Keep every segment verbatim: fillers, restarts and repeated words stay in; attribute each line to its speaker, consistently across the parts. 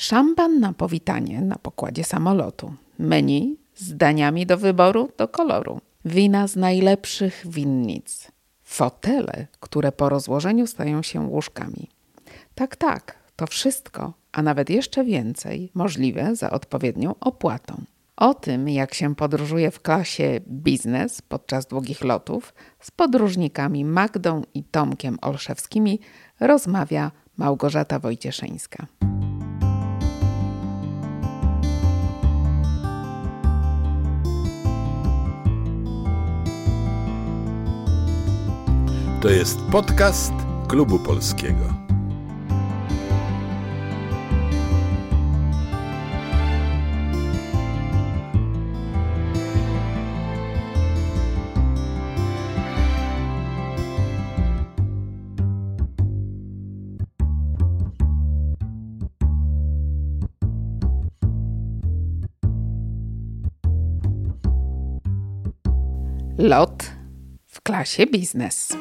Speaker 1: Szampan na powitanie na pokładzie samolotu. Menu z daniami do wyboru, do koloru. Wina z najlepszych winnic. Fotele, które po rozłożeniu stają się łóżkami. Tak, tak, to wszystko, a nawet jeszcze więcej, możliwe za odpowiednią opłatą. O tym, jak się podróżuje w klasie biznes podczas długich lotów, z podróżnikami Magdą i Tomkiem Olszewskimi rozmawia Małgorzata Wojcieszyńska.
Speaker 2: To jest podcast Klubu Polskiego.
Speaker 1: Lot w klasie biznes.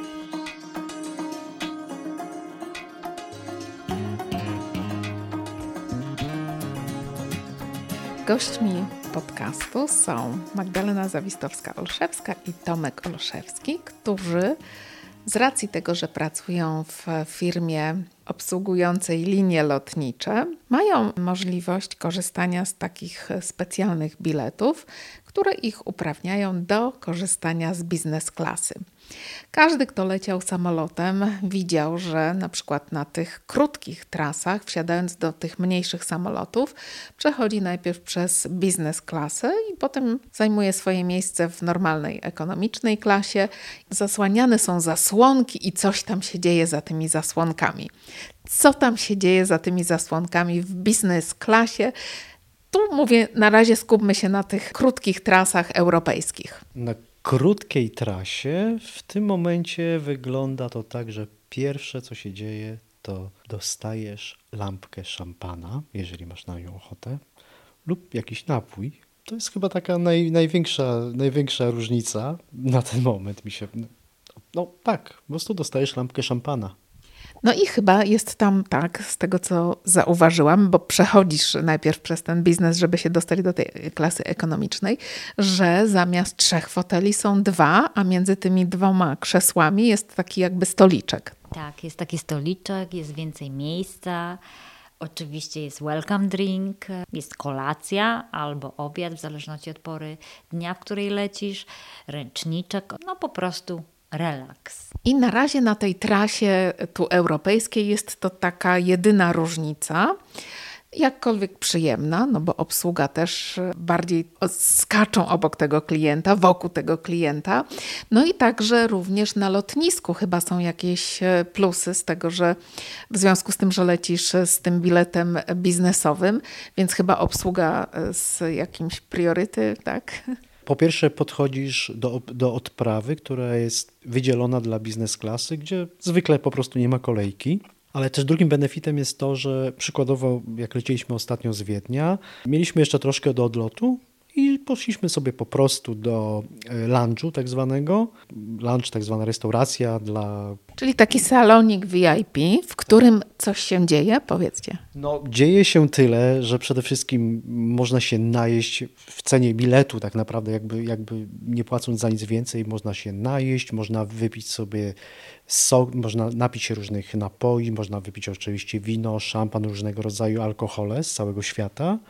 Speaker 1: Gośćmi podcastu są Magdalena Zawistowska-Olszewska i Tomek Olszewski, którzy z racji tego, że pracują w firmie obsługującej linie lotnicze, mają możliwość korzystania z takich specjalnych biletów, które ich uprawniają do korzystania z biznes klasy. Każdy, kto leciał samolotem, widział, że na przykład na tych krótkich trasach, wsiadając do tych mniejszych samolotów, przechodzi najpierw przez biznes klasę i potem zajmuje swoje miejsce w normalnej ekonomicznej klasie. Zasłaniane są zasłonki i coś tam się dzieje za tymi zasłonkami. Co tam się dzieje za tymi zasłonkami w biznes klasie? Tu mówię, na razie skupmy się na tych krótkich trasach europejskich.
Speaker 3: Na krótkiej trasie w tym momencie wygląda to tak, że pierwsze co się dzieje, to dostajesz lampkę szampana, jeżeli masz na nią ochotę, lub jakiś napój. To jest chyba taka naj, największa, największa różnica na ten moment mi się... No tak, po prostu dostajesz lampkę szampana.
Speaker 1: No i chyba jest tam tak, z tego co zauważyłam, bo przechodzisz najpierw przez ten biznes, żeby się dostać do tej klasy ekonomicznej, że zamiast trzech foteli są dwa, a między tymi dwoma krzesłami jest taki jakby stoliczek.
Speaker 4: Tak, jest taki stoliczek, jest więcej miejsca. Oczywiście jest welcome drink, jest kolacja albo obiad, w zależności od pory dnia, w której lecisz, ręczniczek, no po prostu relaks.
Speaker 1: I na razie na tej trasie tu europejskiej jest to taka jedyna różnica, jakkolwiek przyjemna, no bo obsługa też bardziej skaczą obok tego klienta, wokół tego klienta. No i także również na lotnisku chyba są jakieś plusy z tego, że w związku z tym, że lecisz z tym biletem biznesowym, więc chyba obsługa z jakimś prioryty, tak?
Speaker 3: Po pierwsze podchodzisz do, do odprawy, która jest wydzielona dla biznes klasy, gdzie zwykle po prostu nie ma kolejki. Ale też drugim benefitem jest to, że przykładowo jak lecieliśmy ostatnio z Wiednia, mieliśmy jeszcze troszkę do odlotu i poszliśmy sobie po prostu do lunchu tak zwanego. Lunch, tak zwana restauracja dla...
Speaker 1: Czyli taki salonik V I P, w którym coś się dzieje, powiedzcie.
Speaker 3: No dzieje się tyle, że przede wszystkim można się najeść w cenie biletu tak naprawdę, jakby, jakby nie płacąc za nic więcej, można się najeść, można wypić sobie sok, można napić się różnych napoi, można wypić oczywiście wino, szampan, różnego rodzaju alkohole z całego świata.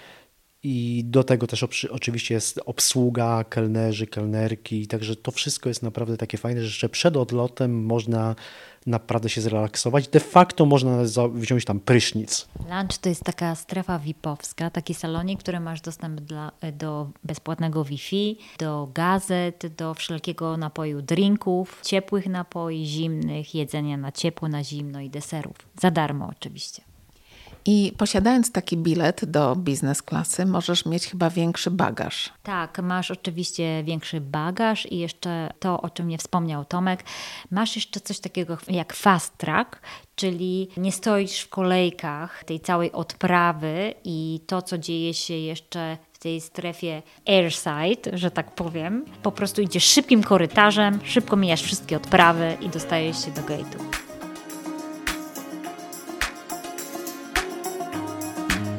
Speaker 3: I do tego też oczywiście jest obsługa, kelnerzy, kelnerki, także to wszystko jest naprawdę takie fajne, że jeszcze przed odlotem można naprawdę się zrelaksować. De facto można wziąć tam prysznic.
Speaker 4: Lunch to jest taka strefa V I P-owska, taki salonik, który masz dostęp dla, do bezpłatnego Wi-Fi, do gazet, do wszelkiego napoju, drinków, ciepłych napoi, zimnych, jedzenia na ciepło, na zimno i deserów. Za darmo oczywiście.
Speaker 1: I posiadając taki bilet do biznes klasy, możesz mieć chyba większy bagaż.
Speaker 4: Tak, masz oczywiście większy bagaż i jeszcze to, o czym nie wspomniał Tomek, masz jeszcze coś takiego jak fast track, czyli nie stoisz w kolejkach tej całej odprawy i to, co dzieje się jeszcze w tej strefie airside, że tak powiem. Po prostu idziesz szybkim korytarzem, szybko mijasz wszystkie odprawy i dostajesz się do gate'u.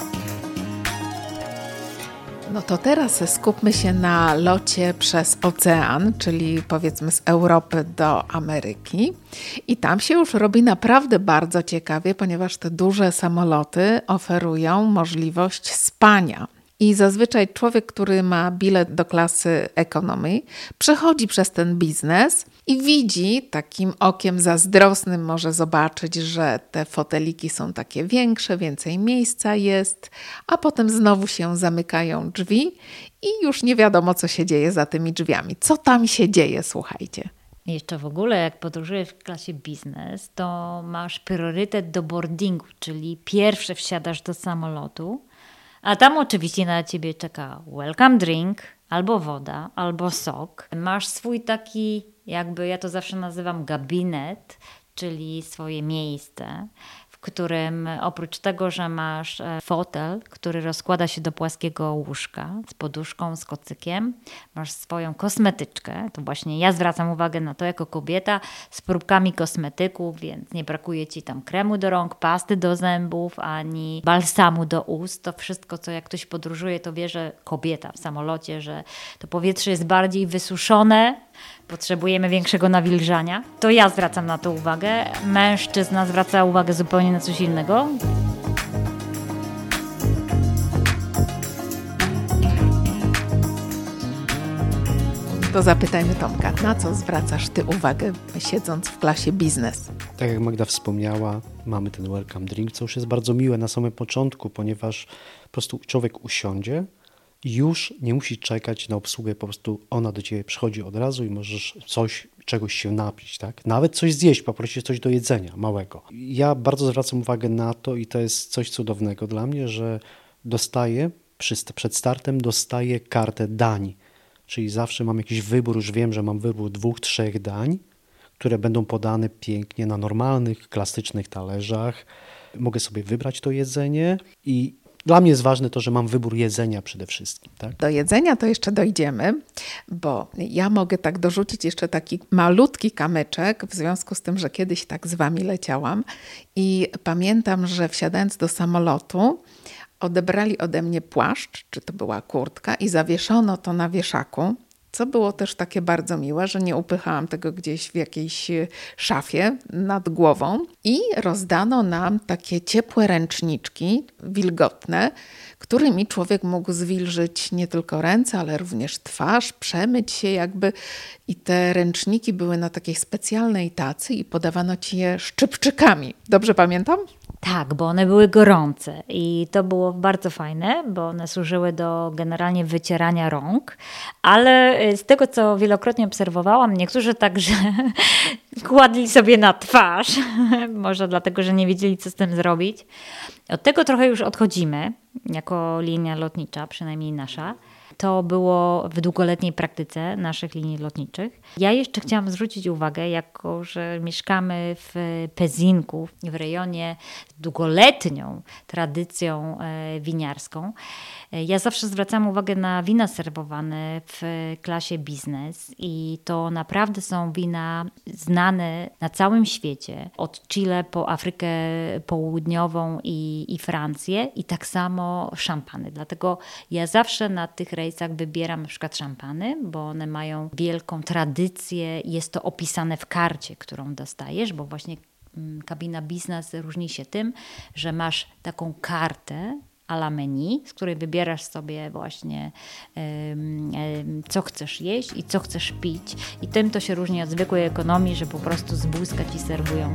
Speaker 1: No to teraz skupmy się na locie przez ocean, czyli powiedzmy z Europy do Ameryki. I tam się już robi naprawdę bardzo ciekawie, ponieważ te duże samoloty oferują możliwość spania. I zazwyczaj człowiek, który ma bilet do klasy economy, przechodzi przez ten biznes i widzi, takim okiem zazdrosnym może zobaczyć, że te foteliki są takie większe, więcej miejsca jest, a potem znowu się zamykają drzwi i już nie wiadomo, co się dzieje za tymi drzwiami. Co tam się dzieje, słuchajcie.
Speaker 4: Jeszcze w ogóle, jak podróżujesz w klasie biznes, to masz priorytet do boardingu, czyli pierwsze wsiadasz do samolotu, a tam oczywiście na ciebie czeka welcome drink, albo woda, albo sok. Masz swój taki, jakby ja to zawsze nazywam gabinet, czyli swoje miejsce, w którym oprócz tego, że masz fotel, który rozkłada się do płaskiego łóżka z poduszką, z kocykiem, masz swoją kosmetyczkę, to właśnie ja zwracam uwagę na to jako kobieta, z próbkami kosmetyków, więc nie brakuje ci tam kremu do rąk, pasty do zębów, ani balsamu do ust. To wszystko, co jak ktoś podróżuje, to wie, że kobieta w samolocie, że to powietrze jest bardziej wysuszone, potrzebujemy większego nawilżania. To ja zwracam na to uwagę. Mężczyzna zwraca uwagę zupełnie na coś innego.
Speaker 1: To zapytajmy Tomka, na co zwracasz ty uwagę, siedząc w klasie biznes?
Speaker 3: Tak jak Magda wspomniała, mamy ten welcome drink, co już jest bardzo miłe na samym początku, ponieważ po prostu człowiek usiądzie, już nie musi czekać na obsługę, po prostu ona do ciebie przychodzi od razu i możesz coś, czegoś się napić, tak? Nawet coś zjeść, poprosić coś do jedzenia małego. Ja bardzo zwracam uwagę na to i to jest coś cudownego dla mnie, że dostaję, przy, przed startem dostaję kartę dań, czyli zawsze mam jakiś wybór, już wiem, że mam wybór dwóch, trzech dań, które będą podane pięknie na normalnych, klasycznych talerzach. Mogę sobie wybrać to jedzenie i dla mnie jest ważne to, że mam wybór jedzenia przede wszystkim. Tak?
Speaker 1: Do jedzenia to jeszcze dojdziemy, bo ja mogę tak dorzucić jeszcze taki malutki kamyczek, w związku z tym, że kiedyś tak z wami leciałam i pamiętam, że wsiadając do samolotu odebrali ode mnie płaszcz, czy to była kurtka i zawieszono to na wieszaku, co było też takie bardzo miłe, że nie upychałam tego gdzieś w jakiejś szafie nad głową i rozdano nam takie ciepłe ręczniczki, wilgotne, którymi człowiek mógł zwilżyć nie tylko ręce, ale również twarz, przemyć się jakby i te ręczniki były na takiej specjalnej tacy i podawano ci je szczypczykami. Dobrze pamiętam?
Speaker 4: Tak, bo one były gorące i to było bardzo fajne, bo one służyły do generalnie wycierania rąk, ale z tego, co wielokrotnie obserwowałam, niektórzy także kładli sobie na twarz, może dlatego, że nie wiedzieli, co z tym zrobić. Od tego trochę już odchodzimy, jako linia lotnicza, przynajmniej nasza. To było w długoletniej praktyce naszych linii lotniczych. Ja jeszcze chciałam zwrócić uwagę, jako że mieszkamy w Pezinku, w rejonie z długoletnią tradycją winiarską. Ja zawsze zwracam uwagę na wina serwowane w klasie biznes i to naprawdę są wina znane na całym świecie, od Chile po Afrykę Południową i, i Francję i tak samo szampany. Dlatego ja zawsze na tych rejsach wybieram na przykład szampany, bo one mają wielką tradycję. Jest to opisane w karcie, którą dostajesz, bo właśnie kabina biznes różni się tym, że masz taką kartę a la menu, z której wybierasz sobie właśnie um, um, co chcesz jeść i co chcesz pić. I tym to się różni od zwykłej ekonomii, że po prostu z błyska ci serwują.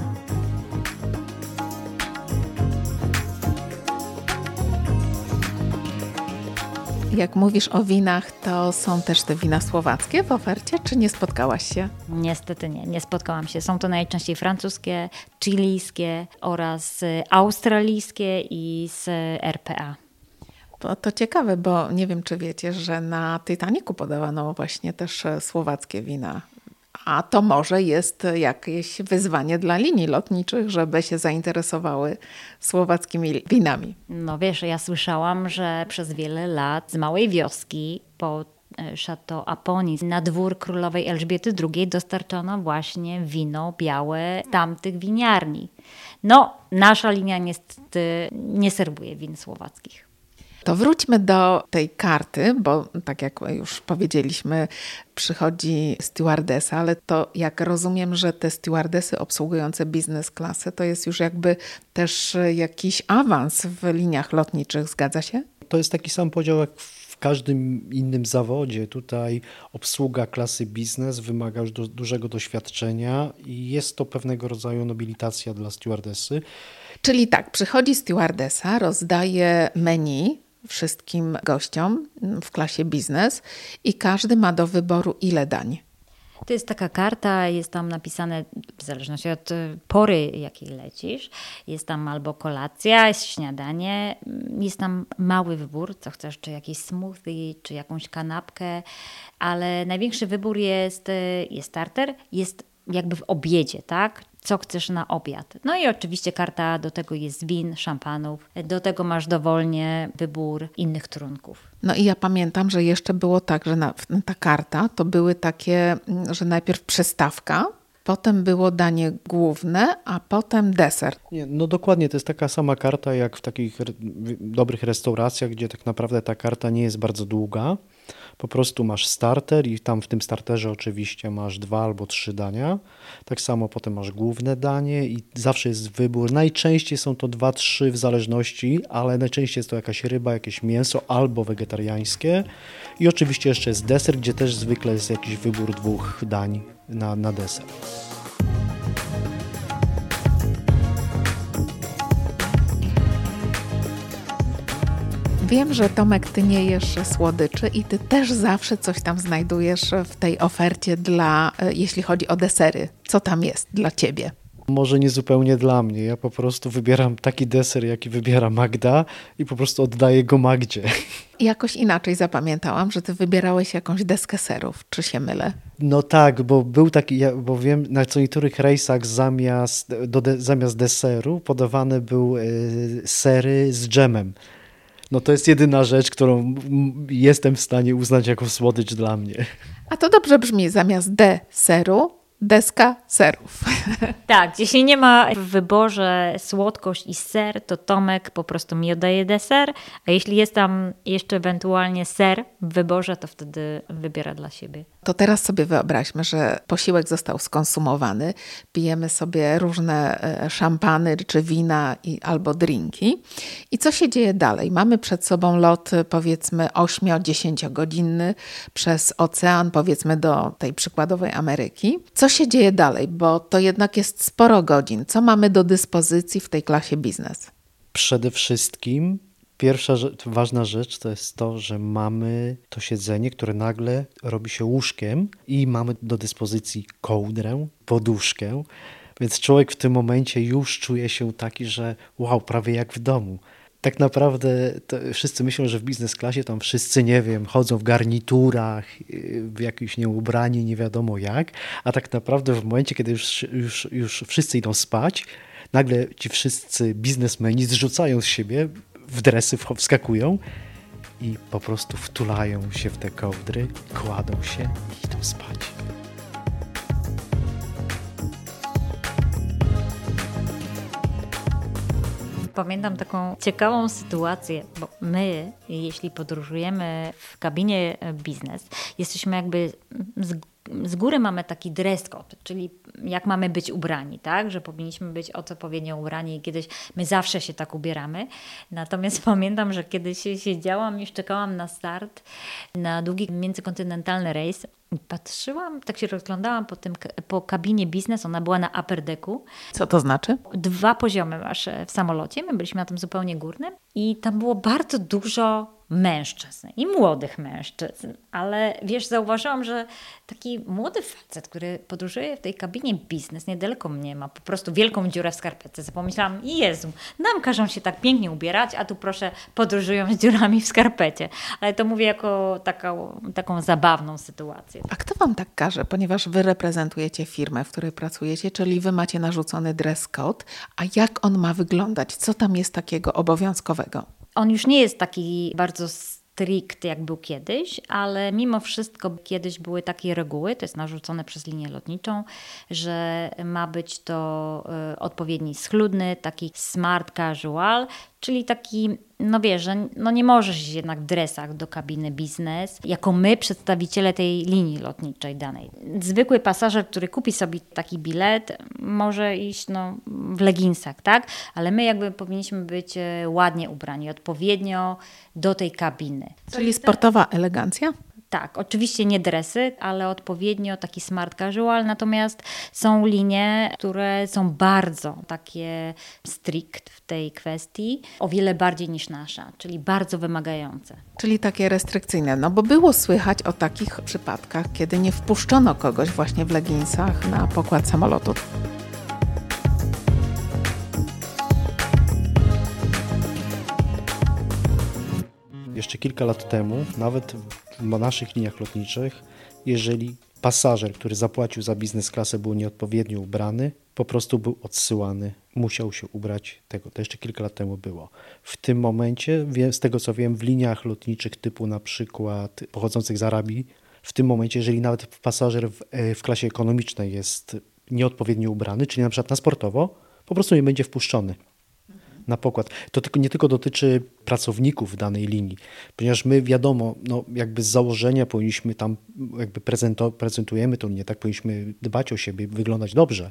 Speaker 1: Jak mówisz o winach, to są też te wina słowackie w ofercie, czy nie spotkałaś się?
Speaker 4: Niestety nie, nie spotkałam się. Są to najczęściej francuskie, chilijskie oraz australijskie i z R P A.
Speaker 1: To, to ciekawe, bo nie wiem, czy wiecie, że na Titanicu podawano właśnie też słowackie wina. A to może jest jakieś wyzwanie dla linii lotniczych, żeby się zainteresowały słowackimi winami.
Speaker 4: No wiesz, ja słyszałam, że przez wiele lat z małej wioski po Chateau Aponis na dwór królowej Elżbiety drugiej dostarczono właśnie wino białe tamtych winiarni. No, nasza linia niestety nie serwuje win słowackich.
Speaker 1: To wróćmy do tej karty, bo tak jak już powiedzieliśmy, przychodzi stewardesa, ale to jak rozumiem, że te stewardesy obsługujące biznes klasę, to jest już jakby też jakiś awans w liniach lotniczych, zgadza się?
Speaker 3: To jest taki sam podział jak w każdym innym zawodzie. Tutaj obsługa klasy biznes wymaga już do, dużego doświadczenia i jest to pewnego rodzaju nobilitacja dla stewardesy.
Speaker 1: Czyli tak, przychodzi stewardesa, rozdaje menu wszystkim gościom w klasie biznes i każdy ma do wyboru ile dań.
Speaker 4: To jest taka karta, jest tam napisane, w zależności od pory, jakiej lecisz, jest tam albo kolacja, jest śniadanie, jest tam mały wybór, co chcesz, czy jakiś smoothie, czy jakąś kanapkę, ale największy wybór jest, jest starter, jest jakby w obiedzie, tak? Co chcesz na obiad. No i oczywiście karta do tego jest win, szampanów, do tego masz dowolnie wybór innych trunków.
Speaker 1: No i ja pamiętam, że jeszcze było tak, że na, ta karta to były takie, że najpierw przystawka, potem było danie główne, a potem deser.
Speaker 3: Nie, no dokładnie, to jest taka sama karta jak w takich re- dobrych restauracjach, gdzie tak naprawdę ta karta nie jest bardzo długa. Po prostu masz starter i tam w tym starterze oczywiście masz dwa albo trzy dania. Tak samo potem masz główne danie i zawsze jest wybór. Najczęściej są to dwa, trzy w zależności, ale najczęściej jest to jakaś ryba, jakieś mięso albo wegetariańskie. I oczywiście jeszcze jest deser, gdzie też zwykle jest jakiś wybór dwóch dań na, na deser.
Speaker 1: Wiem, że Tomek, ty nie jesz słodyczy i ty też zawsze coś tam znajdujesz w tej ofercie dla, jeśli chodzi o desery. Co tam jest dla ciebie?
Speaker 3: Może nie zupełnie dla mnie. Ja po prostu wybieram taki deser, jaki wybiera Magda i po prostu oddaję go Magdzie.
Speaker 1: Jakoś inaczej zapamiętałam, że ty wybierałeś jakąś deskę serów. Czy się mylę?
Speaker 3: No tak, bo był taki, ja, bo wiem, na co niektórych rejsach zamiast, do de, zamiast deseru podawane były y, sery z dżemem. No to jest jedyna rzecz, którą jestem w stanie uznać jako słodycz dla mnie.
Speaker 1: A to dobrze brzmi, zamiast deseru, deska serów.
Speaker 4: Tak, jeśli nie ma w wyborze słodkość i ser, to Tomek po prostu mi oddaje deser, a jeśli jest tam jeszcze ewentualnie ser w wyborze, to wtedy wybiera dla siebie.
Speaker 1: To teraz sobie wyobraźmy, że posiłek został skonsumowany, pijemy sobie różne szampany czy wina i, albo drinki. I co się dzieje dalej? Mamy przed sobą lot powiedzmy osiem-dziesięciogodzinny przez ocean, powiedzmy do tej przykładowej Ameryki. Co się dzieje dalej? Bo to jednak jest sporo godzin. Co mamy do dyspozycji w tej klasie biznes?
Speaker 3: Przede wszystkim pierwsza rzecz, ważna rzecz to jest to, że mamy to siedzenie, które nagle robi się łóżkiem i mamy do dyspozycji kołdrę, poduszkę, więc człowiek w tym momencie już czuje się taki, że wow, prawie jak w domu. Tak naprawdę to wszyscy myślą, że w biznes klasie tam wszyscy, nie wiem, chodzą w garniturach, w jakimś nieubrani, nie wiadomo jak, a tak naprawdę w momencie, kiedy już, już, już wszyscy idą spać, nagle ci wszyscy biznesmeni zrzucają z siebie, w dresy wskakują i po prostu wtulają się w te kołdry, kładą się i idą spać.
Speaker 4: Pamiętam taką ciekawą sytuację, bo my, jeśli podróżujemy w kabinie biznes, jesteśmy jakby z, z góry mamy taki dress code, czyli jak mamy być ubrani, tak? Że powinniśmy być odpowiednio ubrani i kiedyś my zawsze się tak ubieramy. Natomiast pamiętam, że kiedyś siedziałam, już czekałam na start na długi międzykontynentalny rejs. Patrzyłam, tak się rozglądałam po, tym, po kabinie biznes, ona była na upper decku.
Speaker 1: Co to znaczy?
Speaker 4: Dwa poziomy masz w samolocie, my byliśmy na tym zupełnie górnym i tam było bardzo dużo mężczyzn i młodych mężczyzn, ale wiesz, zauważyłam, że taki młody facet, który podróżuje w tej kabinie biznes, niedaleko mnie, ma po prostu wielką dziurę w skarpetce. Pomyślałam, Jezu, nam każą się tak pięknie ubierać, a tu proszę podróżują z dziurami w skarpecie. Ale to mówię jako taką, taką zabawną sytuację.
Speaker 1: A kto wam tak każe? Ponieważ wy reprezentujecie firmę, w której pracujecie, czyli wy macie narzucony dress code, a jak on ma wyglądać? Co tam jest takiego obowiązkowego?
Speaker 4: On już nie jest taki bardzo strict, jak był kiedyś, ale mimo wszystko kiedyś były takie reguły, to jest narzucone przez linię lotniczą, że ma być to y, odpowiedni schludny, taki smart casual, czyli taki, no wiesz, że no nie możesz iść jednak w dresach do kabiny biznes, jako my, przedstawiciele tej linii lotniczej danej. Zwykły pasażer, który kupi sobie taki bilet, może iść no, w leginsach, tak? Ale my jakby powinniśmy być ładnie ubrani, odpowiednio do tej kabiny.
Speaker 1: Czyli sportowa elegancja?
Speaker 4: Tak, oczywiście nie dresy, ale odpowiednio taki smart casual, natomiast są linie, które są bardzo takie strict w tej kwestii, o wiele bardziej niż nasza, czyli bardzo wymagające.
Speaker 1: Czyli takie restrykcyjne, no bo było słychać o takich przypadkach, kiedy nie wpuszczono kogoś właśnie w leginsach na pokład samolotu.
Speaker 3: Jeszcze kilka lat temu, nawet w naszych liniach lotniczych, jeżeli pasażer, który zapłacił za biznes klasę, był nieodpowiednio ubrany, po prostu był odsyłany, musiał się ubrać tego. To jeszcze kilka lat temu było. W tym momencie, z tego co wiem, w liniach lotniczych typu na przykład pochodzących z Arabii, w tym momencie, jeżeli nawet pasażer w, w klasie ekonomicznej jest nieodpowiednio ubrany, czyli na przykład na sportowo, po prostu nie będzie wpuszczony na pokład. To tylko, nie tylko dotyczy pracowników danej linii, ponieważ my wiadomo, no jakby z założenia powinniśmy tam, jakby prezento, prezentujemy to linię, tak powinniśmy dbać o siebie, wyglądać dobrze,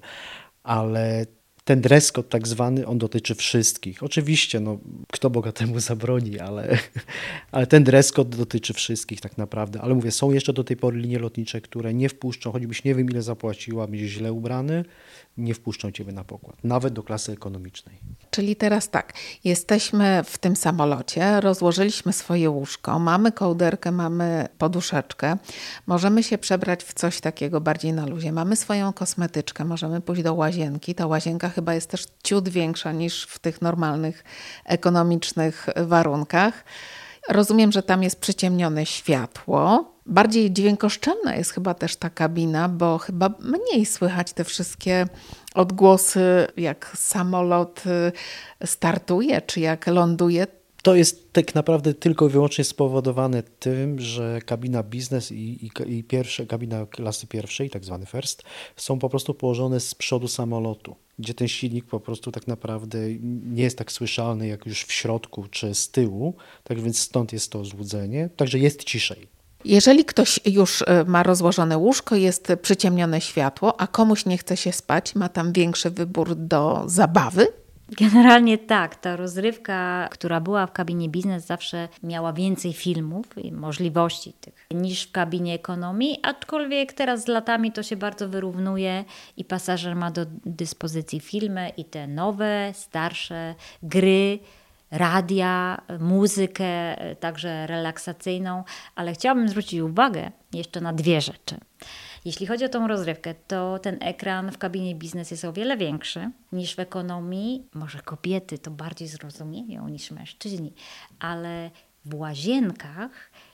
Speaker 3: ale ten dress code tak zwany, on dotyczy wszystkich. Oczywiście, no kto Boga temu zabroni, ale, ale ten dress code dotyczy wszystkich tak naprawdę. Ale mówię, są jeszcze do tej pory linie lotnicze, które nie wpuszczą, choćbyś nie wiem ile zapłaciła, będziesz źle ubrany, nie wpuszczą Ciebie na pokład, nawet do klasy ekonomicznej.
Speaker 1: Czyli teraz tak, jesteśmy w tym samolocie, rozłożyliśmy swoje łóżko, mamy kołderkę, mamy poduszeczkę, możemy się przebrać w coś takiego bardziej na luzie, mamy swoją kosmetyczkę, możemy pójść do łazienki, ta łazienka chyba jest też ciut większa niż w tych normalnych, ekonomicznych warunkach. Rozumiem, że tam jest przyciemnione światło. Bardziej dźwiękoszczelna jest chyba też ta kabina, bo chyba mniej słychać te wszystkie odgłosy, jak samolot startuje, czy jak ląduje.
Speaker 3: To jest tak naprawdę tylko i wyłącznie spowodowane tym, że kabina biznes i, i, i pierwsza, kabina klasy pierwszej, tak zwany first, są po prostu położone z przodu samolotu, gdzie ten silnik po prostu tak naprawdę nie jest tak słyszalny jak już w środku czy z tyłu, tak więc stąd jest to złudzenie, także jest ciszej.
Speaker 1: Jeżeli ktoś już ma rozłożone łóżko, jest przyciemnione światło, a komuś nie chce się spać, ma tam większy wybór do zabawy?
Speaker 4: Generalnie tak, ta rozrywka, która była w kabinie biznes, zawsze miała więcej filmów i możliwości tych niż w kabinie ekonomii, aczkolwiek teraz z latami to się bardzo wyrównuje i pasażer ma do dyspozycji filmy i te nowe, starsze gry, radia, muzykę, także relaksacyjną, ale chciałabym zwrócić uwagę jeszcze na dwie rzeczy. Jeśli chodzi o tą rozrywkę, to ten ekran w kabinie biznes jest o wiele większy niż w ekonomii. Może kobiety to bardziej zrozumieją niż mężczyźni, ale w łazienkach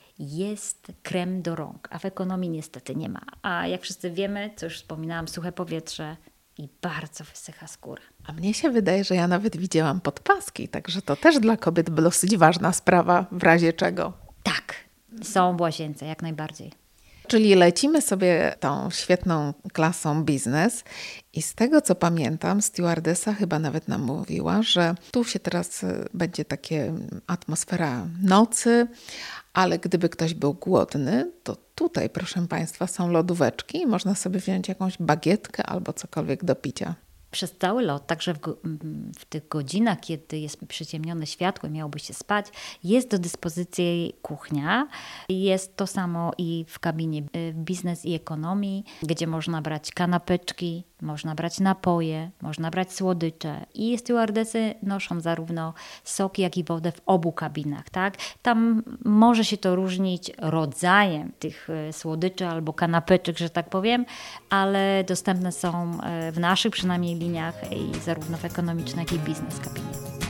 Speaker 4: jest krem do rąk, a w ekonomii niestety nie ma. A jak wszyscy wiemy, co już wspominałam, suche powietrze i bardzo wysycha skóra.
Speaker 1: A mnie się wydaje, że ja nawet widziałam podpaski, także to też dla kobiet dosyć ważna sprawa, w razie czego.
Speaker 4: Tak, są w łazience, jak najbardziej.
Speaker 1: Czyli lecimy sobie tą świetną klasą biznes i z tego co pamiętam, stewardessa chyba nawet nam mówiła, że tu się teraz będzie takie atmosfera nocy, ale gdyby ktoś był głodny, to tutaj, proszę Państwa, są lodóweczki i można sobie wziąć jakąś bagietkę albo cokolwiek do picia.
Speaker 4: Przez cały lot, także w, go, w tych godzinach, kiedy jest przyciemnione światło i miałoby się spać, jest do dyspozycji kuchnia. Jest to samo i w kabinie biznes i ekonomii, gdzie można brać kanapeczki, można brać napoje, można brać słodycze i stewardesy noszą zarówno sok, jak i wodę w obu kabinach. Tak? Tam może się to różnić rodzajem tych słodyczy albo kanapeczek, że tak powiem, ale dostępne są w naszych przynajmniej liniach i zarówno w ekonomicznej, jak i biznes kabinie.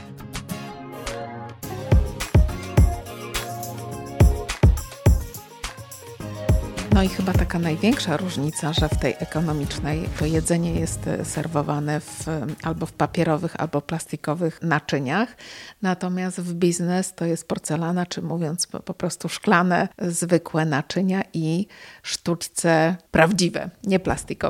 Speaker 1: No i chyba taka największa różnica, że w tej ekonomicznej to jedzenie jest serwowane w, albo w papierowych, albo plastikowych naczyniach, natomiast w biznes to jest porcelana, czy mówiąc po, po prostu szklane, zwykłe naczynia i sztućce prawdziwe, nie plastikowe.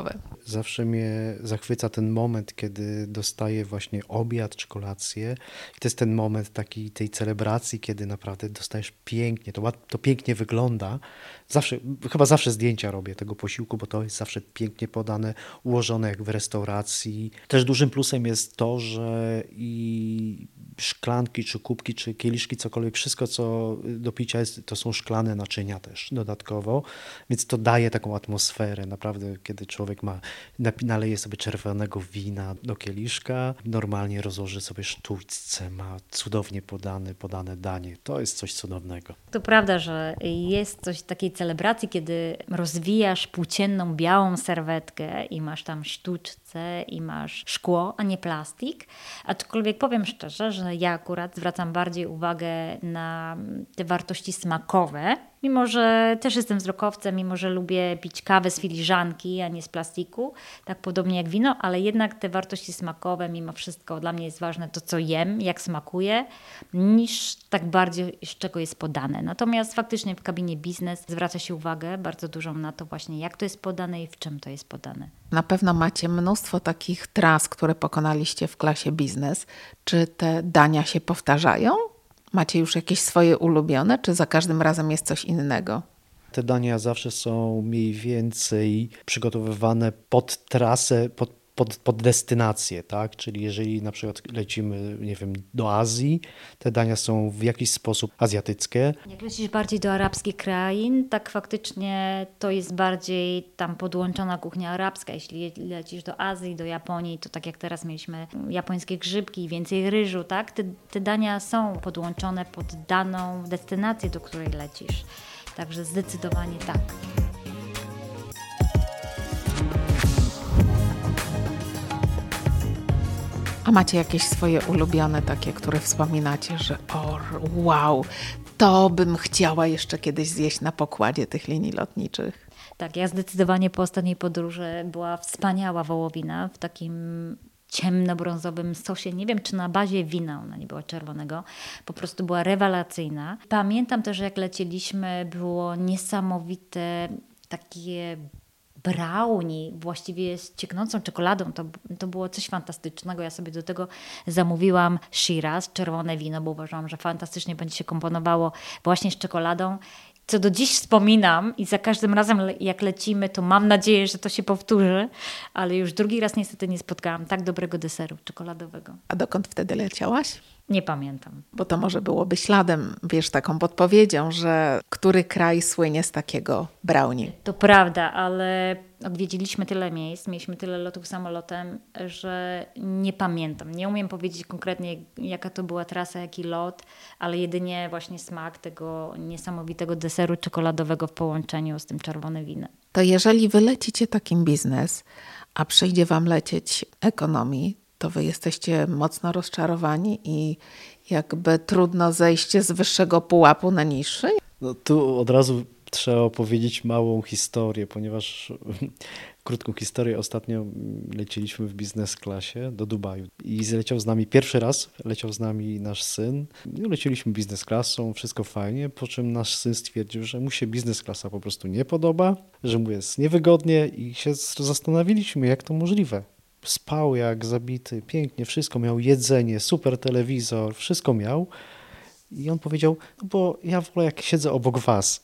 Speaker 3: Zawsze mnie zachwyca ten moment, kiedy dostaję właśnie obiad czy kolację. I to jest ten moment taki tej celebracji, kiedy naprawdę dostajesz pięknie, to, to pięknie wygląda. Zawsze, chyba zawsze zdjęcia robię tego posiłku, bo to jest zawsze pięknie podane, ułożone jak w restauracji. Też dużym plusem jest to, że i szklanki, czy kubki, czy kieliszki, cokolwiek, wszystko co do picia jest, to są szklane naczynia też dodatkowo, więc to daje taką atmosferę. Naprawdę, kiedy człowiek ma, naleje sobie czerwonego wina do kieliszka, normalnie rozłoży sobie sztućce, ma cudownie podane, podane danie. To jest coś cudownego.
Speaker 4: To prawda, że jest coś takiej celebracji, kiedy rozwijasz płócienną, białą serwetkę i masz tam sztuczce i masz szkło, a nie plastik. Aczkolwiek powiem szczerze, że ja akurat zwracam bardziej uwagę na te wartości smakowe, mimo że też jestem wzrokowcem, mimo że lubię pić kawę z filiżanki, a nie z plastiku, tak podobnie jak wino, ale jednak te wartości smakowe mimo wszystko dla mnie jest ważne to, co jem, jak smakuje, niż tak bardziej z czego jest podane. Natomiast faktycznie w kabinie biznes zwraca się uwagę bardzo dużą na to właśnie, jak to jest podane i w czym to jest podane.
Speaker 1: Na pewno macie mnóstwo takich tras, które pokonaliście w klasie biznes. Czy te dania się powtarzają? Macie już jakieś swoje ulubione, czy za każdym razem jest coś innego?
Speaker 3: Te dania zawsze są mniej więcej przygotowywane pod trasę, pod Pod, pod destynację, tak? Czyli jeżeli na przykład lecimy, nie wiem, do Azji, te dania są w jakiś sposób azjatyckie.
Speaker 4: Jak lecisz bardziej do arabskich krain, tak faktycznie to jest bardziej tam podłączona kuchnia arabska. Jeśli lecisz do Azji, do Japonii, to tak jak teraz mieliśmy japońskie grzybki i więcej ryżu, tak? Te, te dania są podłączone pod daną destynację, do której lecisz. Także zdecydowanie tak.
Speaker 1: A macie jakieś swoje ulubione takie, które wspominacie, że o, wow, to bym chciała jeszcze kiedyś zjeść na pokładzie tych linii lotniczych?
Speaker 4: Tak, ja zdecydowanie po ostatniej podróży była wspaniała wołowina w takim ciemnobrązowym sosie. Nie wiem, czy na bazie wina, ona nie była czerwonego. Po prostu była rewelacyjna. Pamiętam też, że jak lecieliśmy, było niesamowite takie brownie, właściwie z cieknącą czekoladą. To, to było coś fantastycznego. Ja sobie do tego zamówiłam Shiraz, czerwone wino, bo uważałam, że fantastycznie będzie się komponowało właśnie z czekoladą. Co do dziś wspominam i za każdym razem jak lecimy, to mam nadzieję, że to się powtórzy, ale już drugi raz niestety nie spotkałam tak dobrego deseru czekoladowego.
Speaker 1: A dokąd wtedy leciałaś?
Speaker 4: Nie pamiętam.
Speaker 1: Bo to może byłoby śladem, wiesz, taką podpowiedzią, że który kraj słynie z takiego brownie.
Speaker 4: To prawda, ale odwiedziliśmy tyle miejsc, mieliśmy tyle lotów samolotem, że nie pamiętam. Nie umiem powiedzieć konkretnie, jaka to była trasa, jaki lot, ale jedynie właśnie smak tego niesamowitego deseru czekoladowego w połączeniu z tym czerwonym winem.
Speaker 1: To jeżeli wy lecicie takim biznes, a przyjdzie wam lecieć ekonomii, to wy jesteście mocno rozczarowani i jakby trudno zejście z wyższego pułapu na niższy?
Speaker 3: No tu od razu trzeba opowiedzieć małą historię, ponieważ krótką historię. Ostatnio lecieliśmy w biznes klasie do Dubaju i zleciał z nami pierwszy raz, leciał z nami nasz syn. Lecieliśmy biznes klasą, wszystko fajnie, po czym nasz syn stwierdził, że mu się biznes klasa po prostu nie podoba, że mu jest niewygodnie i się zastanowiliśmy, jak to możliwe. Spał jak zabity, pięknie, wszystko miał, jedzenie, super telewizor, wszystko miał. I on powiedział, no bo ja wolę jak siedzę obok was.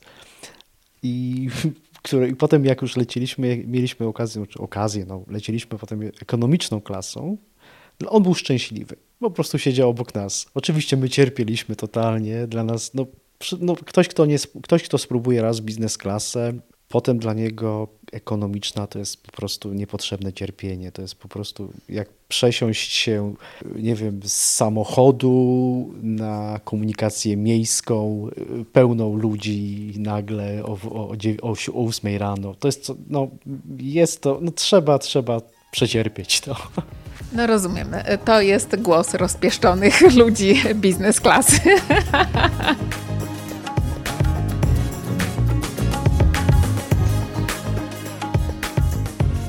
Speaker 3: I, który, i potem jak już lecieliśmy, mieliśmy okazję, czy okazję, no, lecieliśmy potem ekonomiczną klasą, on był szczęśliwy, po prostu siedział obok nas. Oczywiście my cierpieliśmy totalnie, dla nas, no, no ktoś, kto nie, ktoś, kto spróbuje raz biznes klasę, potem dla niego ekonomiczna to jest po prostu niepotrzebne cierpienie. To jest po prostu jak przesiąść się, nie wiem, z samochodu na komunikację miejską, pełną ludzi nagle o, o, o, o ósmej rano. To jest, no, jest to, no trzeba, trzeba przecierpieć to.
Speaker 1: No rozumiemy. To jest głos rozpieszczonych ludzi biznes klasy.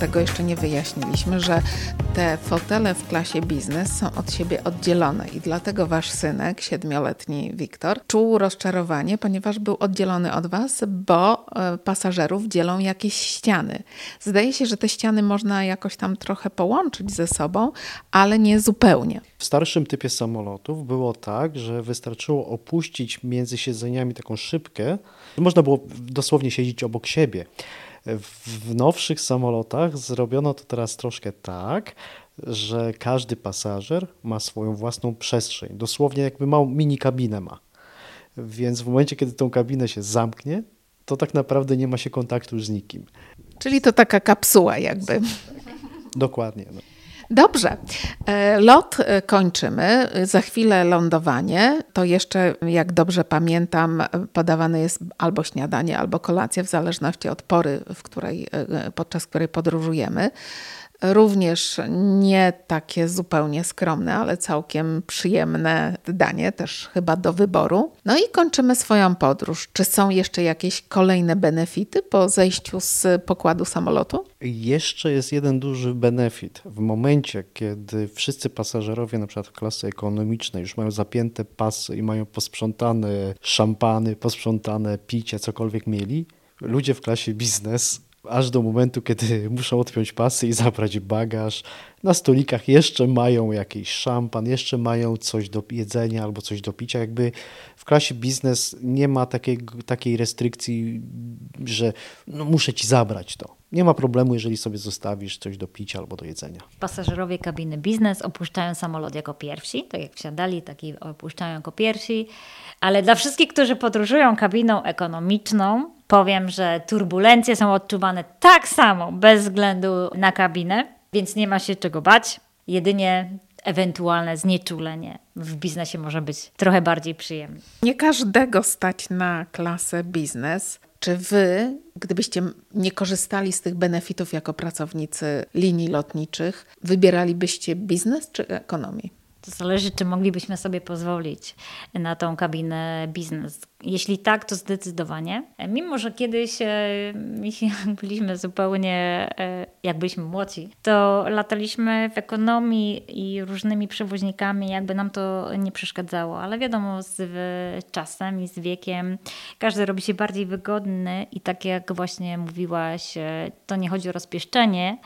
Speaker 1: tego jeszcze nie wyjaśniliśmy, że te fotele w klasie biznes są od siebie oddzielone i dlatego wasz synek, siedmioletni Wiktor, czuł rozczarowanie, ponieważ był oddzielony od was, bo pasażerów dzielą jakieś ściany. Zdaje się, że te ściany można jakoś tam trochę połączyć ze sobą, ale nie zupełnie.
Speaker 3: W starszym typie samolotów było tak, że wystarczyło opuścić między siedzeniami taką szybkę, można było dosłownie siedzieć obok siebie. W nowszych samolotach zrobiono to teraz troszkę tak, że każdy pasażer ma swoją własną przestrzeń, dosłownie jakby małą mini kabinę ma. Więc w momencie, kiedy tą kabinę się zamknie, to tak naprawdę nie ma się kontaktu już z nikim.
Speaker 1: Czyli to taka kapsuła jakby.
Speaker 3: Dokładnie. No.
Speaker 1: Dobrze. Lot kończymy. Za chwilę lądowanie. To jeszcze, jak dobrze pamiętam, podawane jest albo śniadanie, albo kolacja, w zależności od pory, w której, podczas której podróżujemy. Również nie takie zupełnie skromne, ale całkiem przyjemne danie, też chyba do wyboru. No i kończymy swoją podróż. Czy są jeszcze jakieś kolejne benefity po zejściu z pokładu samolotu?
Speaker 3: Jeszcze jest jeden duży benefit. W momencie, kiedy wszyscy pasażerowie, na przykład w klasy ekonomicznej, już mają zapięte pasy i mają posprzątane szampany, posprzątane picie, cokolwiek mieli, ludzie w klasie biznes aż do momentu, kiedy muszą odpiąć pasy i zabrać bagaż. Na stolikach jeszcze mają jakiś szampan, jeszcze mają coś do jedzenia albo coś do picia. Jakby w klasie biznes nie ma takiej, takiej restrykcji, że no muszę ci zabrać to. Nie ma problemu, jeżeli sobie zostawisz coś do picia albo do jedzenia.
Speaker 4: Pasażerowie kabiny biznes opuszczają samolot jako pierwsi, tak jak wsiadali, tak i opuszczają jako pierwsi. Ale dla wszystkich, którzy podróżują kabiną ekonomiczną, powiem, że turbulencje są odczuwane tak samo bez względu na kabinę, więc nie ma się czego bać. Jedynie ewentualne znieczulenie w biznesie może być trochę bardziej przyjemne.
Speaker 1: Nie każdego stać na klasę biznes. Czy wy, gdybyście nie korzystali z tych benefitów jako pracownicy linii lotniczych, wybieralibyście biznes czy ekonomię?
Speaker 4: To zależy, czy moglibyśmy sobie pozwolić na tą kabinę biznes. Jeśli tak, to zdecydowanie. Mimo że kiedyś, jeśli byliśmy zupełnie, jak byliśmy młodzi, to lataliśmy w ekonomii i różnymi przewoźnikami, jakby nam to nie przeszkadzało. Ale wiadomo, z czasem i z wiekiem każdy robi się bardziej wygodny i tak jak właśnie mówiłaś, to nie chodzi o rozpieszczenie,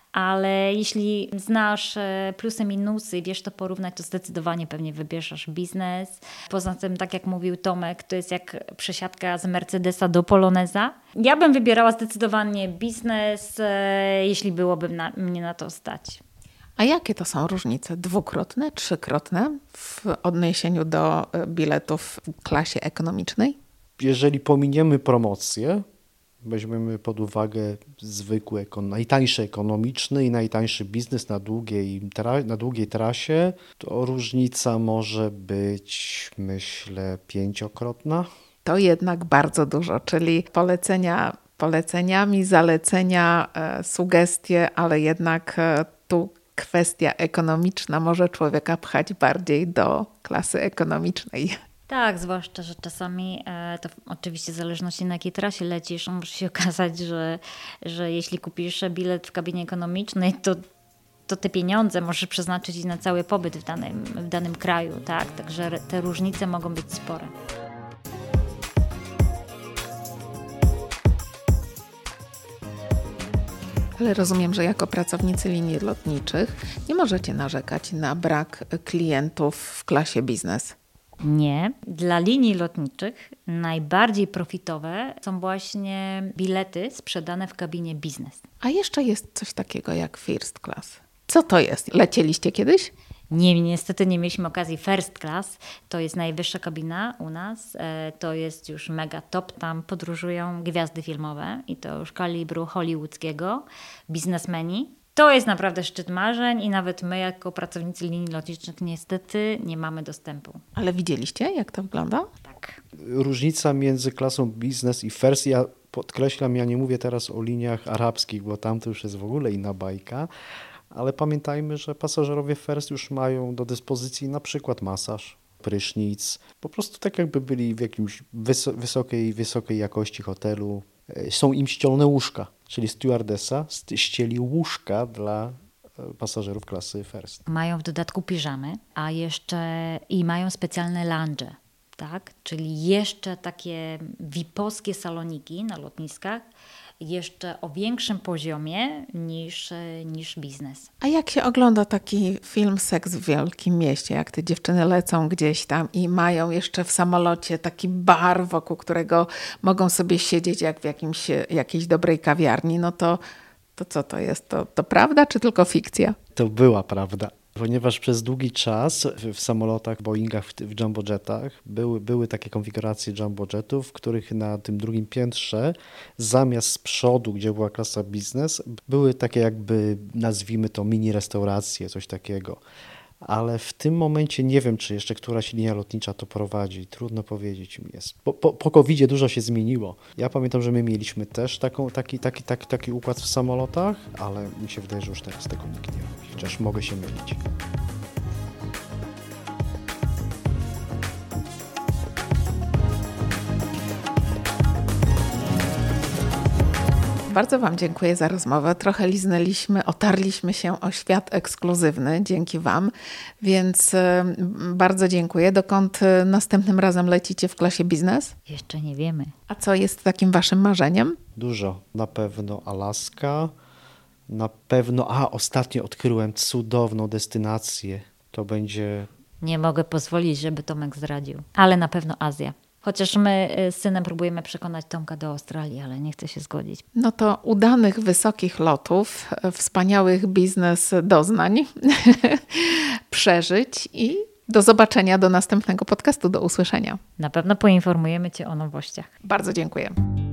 Speaker 4: ale jeśli znasz plusy, minusy i wiesz to porównać, to zdecydowanie pewnie wybierzesz biznes. Poza tym, tak jak mówił Tomek, to jest jak przesiadka z Mercedesa do Poloneza. Ja bym wybierała zdecydowanie biznes, jeśli byłoby na, mnie na to stać.
Speaker 1: A jakie to są różnice? Dwukrotne, trzykrotne w odniesieniu do biletów w klasie ekonomicznej?
Speaker 3: Jeżeli pominiemy promocję, weźmiemy pod uwagę zwykły, najtańszy ekonomiczny i najtańszy biznes na długiej, tra- na długiej trasie, to różnica może być, myślę, pięciokrotna.
Speaker 1: To jednak bardzo dużo, czyli polecenia poleceniami, zalecenia, e, sugestie, ale jednak e, tu kwestia ekonomiczna może człowieka pchać bardziej do klasy ekonomicznej.
Speaker 4: Tak, zwłaszcza, że czasami e, to oczywiście w zależności na jakiej trasie lecisz, może się okazać, że, że jeśli kupisz bilet w kabinie ekonomicznej, to, to te pieniądze możesz przeznaczyć na cały pobyt w danym, w danym kraju, tak? Także te różnice mogą być spore.
Speaker 1: Ale rozumiem, że jako pracownicy linii lotniczych nie możecie narzekać na brak klientów w klasie biznes.
Speaker 4: Nie. Dla linii lotniczych najbardziej profitowe są właśnie bilety sprzedane w kabinie biznes.
Speaker 1: A jeszcze jest coś takiego jak first class. Co to jest? Lecieliście kiedyś?
Speaker 4: Nie, niestety nie mieliśmy okazji first class. To jest najwyższa kabina u nas. To jest już mega top. Tam podróżują gwiazdy filmowe i to już kalibru hollywoodzkiego, biznesmeni. To jest naprawdę szczyt marzeń i nawet my jako pracownicy linii lotniczych niestety nie mamy dostępu.
Speaker 1: Ale widzieliście, jak to wygląda?
Speaker 4: Tak.
Speaker 3: Różnica między klasą biznes i first, ja podkreślam, ja nie mówię teraz o liniach arabskich, bo tam to już jest w ogóle inna bajka, ale pamiętajmy, że pasażerowie first już mają do dyspozycji na przykład masaż, prysznic, po prostu tak jakby byli w jakimś wys- wysokiej, wysokiej jakości hotelu. Są im ścielone łóżka, czyli stewardessa, ścieli łóżka dla pasażerów klasy first.
Speaker 4: Mają w dodatku piżamy, a jeszcze i mają specjalne lounge, tak? Czyli jeszcze takie V I P-owskie saloniki na lotniskach, jeszcze o większym poziomie niż, niż biznes.
Speaker 1: A jak się ogląda taki film Seks w Wielkim Mieście, jak te dziewczyny lecą gdzieś tam i mają jeszcze w samolocie taki bar, wokół którego mogą sobie siedzieć jak w jakimś, jakiejś dobrej kawiarni, no to, to co to jest? To, to prawda czy tylko fikcja?
Speaker 3: To była prawda. Ponieważ przez długi czas w, w samolotach, Boeingach, w, w jumbojetach były, były takie konfiguracje jumbojetów, w których na tym drugim piętrze zamiast z przodu, gdzie była klasa biznes, były takie jakby, nazwijmy to mini restauracje, coś takiego. Ale w tym momencie nie wiem, czy jeszcze któraś linia lotnicza to prowadzi. Trudno powiedzieć mi jest. Po, po, po kowidzie dużo się zmieniło. Ja pamiętam, że my mieliśmy też taką, taki, taki, taki, taki układ w samolotach, ale mi się wydaje, że już teraz tego nikt nie robi. Chociaż mogę się mylić.
Speaker 1: Bardzo Wam dziękuję za rozmowę. Trochę liznęliśmy, otarliśmy się o świat ekskluzywny dzięki Wam, więc bardzo dziękuję. Dokąd następnym razem lecicie w klasie biznes?
Speaker 4: Jeszcze nie wiemy.
Speaker 1: A co jest takim Waszym marzeniem?
Speaker 3: Dużo. Na pewno Alaska. Na pewno, a ostatnio odkryłem cudowną destynację. To będzie...
Speaker 4: Nie mogę pozwolić, żeby Tomek zdradził, ale na pewno Azja. Chociaż my z synem próbujemy przekonać Tomka do Australii, ale nie chce się zgodzić.
Speaker 1: No to udanych, wysokich lotów, wspaniałych biznes doznań przeżyć i do zobaczenia, do następnego podcastu, do usłyszenia.
Speaker 4: Na pewno poinformujemy Cię o nowościach.
Speaker 1: Bardzo dziękuję.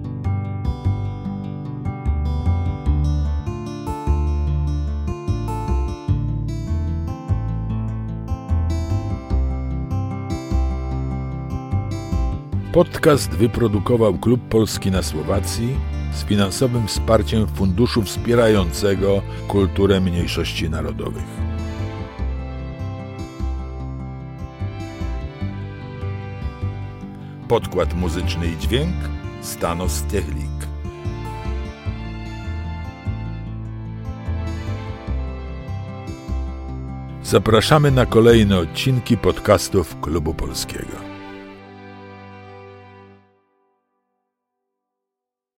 Speaker 2: Podcast wyprodukował Klub Polski na Słowacji z finansowym wsparciem Funduszu Wspierającego Kulturę Mniejszości Narodowych. Podkład muzyczny i dźwięk Stanos Techlik. Zapraszamy na kolejne odcinki podcastów Klubu Polskiego.